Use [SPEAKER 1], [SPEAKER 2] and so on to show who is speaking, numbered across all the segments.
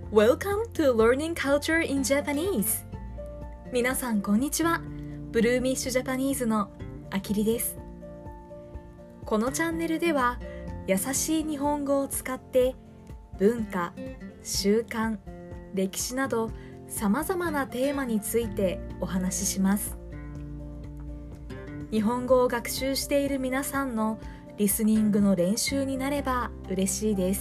[SPEAKER 1] Welcome to Learning Culture in Japanese. 皆さんこんにちは。ブルーミッシュジャパニーズのあきりです。このチャンネルでは優しい日本語を使って文化、習慣、歴史などさまざまなテーマについてお話しします。日本語を学習している皆さんのリスニングの練習になれば嬉しいです。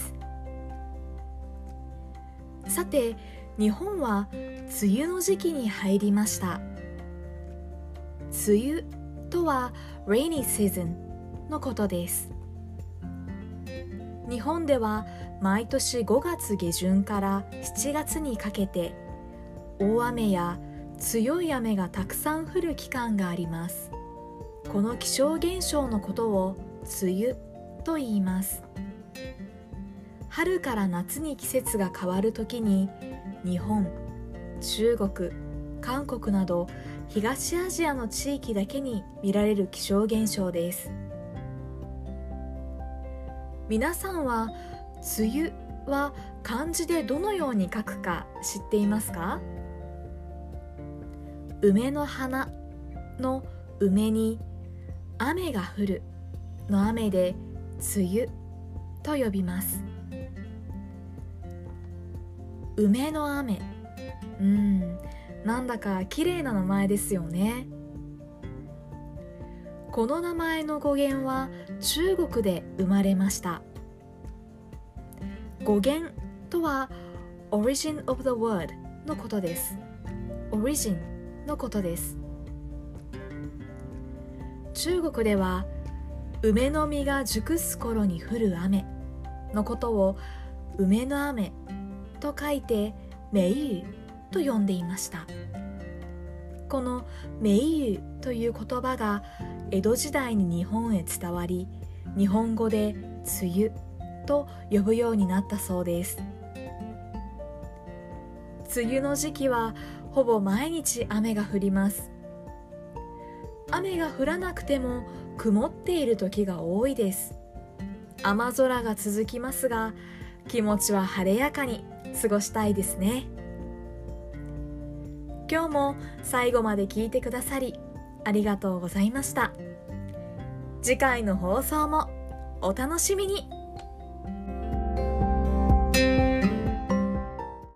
[SPEAKER 1] さて、日本は梅雨の時期に入りました。梅雨とは rainy season のことです。日本では毎年5月下旬から7月にかけて大雨や強い雨がたくさん降る期間があります。この気象現象のことを梅雨と言います。春から夏に季節が変わるときに日本、中国、韓国など東アジアの地域だけに見られる気象現象です。皆さんは梅雨は漢字でどのように書くか知っていますか？梅の花の梅に雨が降るの雨で梅雨と呼びます。梅の雨、なんだか綺麗な名前ですよね。この名前の語源は中国で生まれました。語源とは origin of the word のことです。origin のことです。中国では梅の実が熟す頃に降る雨のことを梅の雨と書いて梅雨と呼んでいました。この梅雨という言葉が江戸時代に日本へ伝わり、日本語で梅雨と呼ぶようになったそうです。梅雨の時期はほぼ毎日雨が降ります。雨が降らなくても曇っている時が多いです。雨空が続きますが、気持ちは晴れやかに過ごしたいですね。今日も最後まで聞いてくださりありがとうございました。次回の放送もお楽しみに。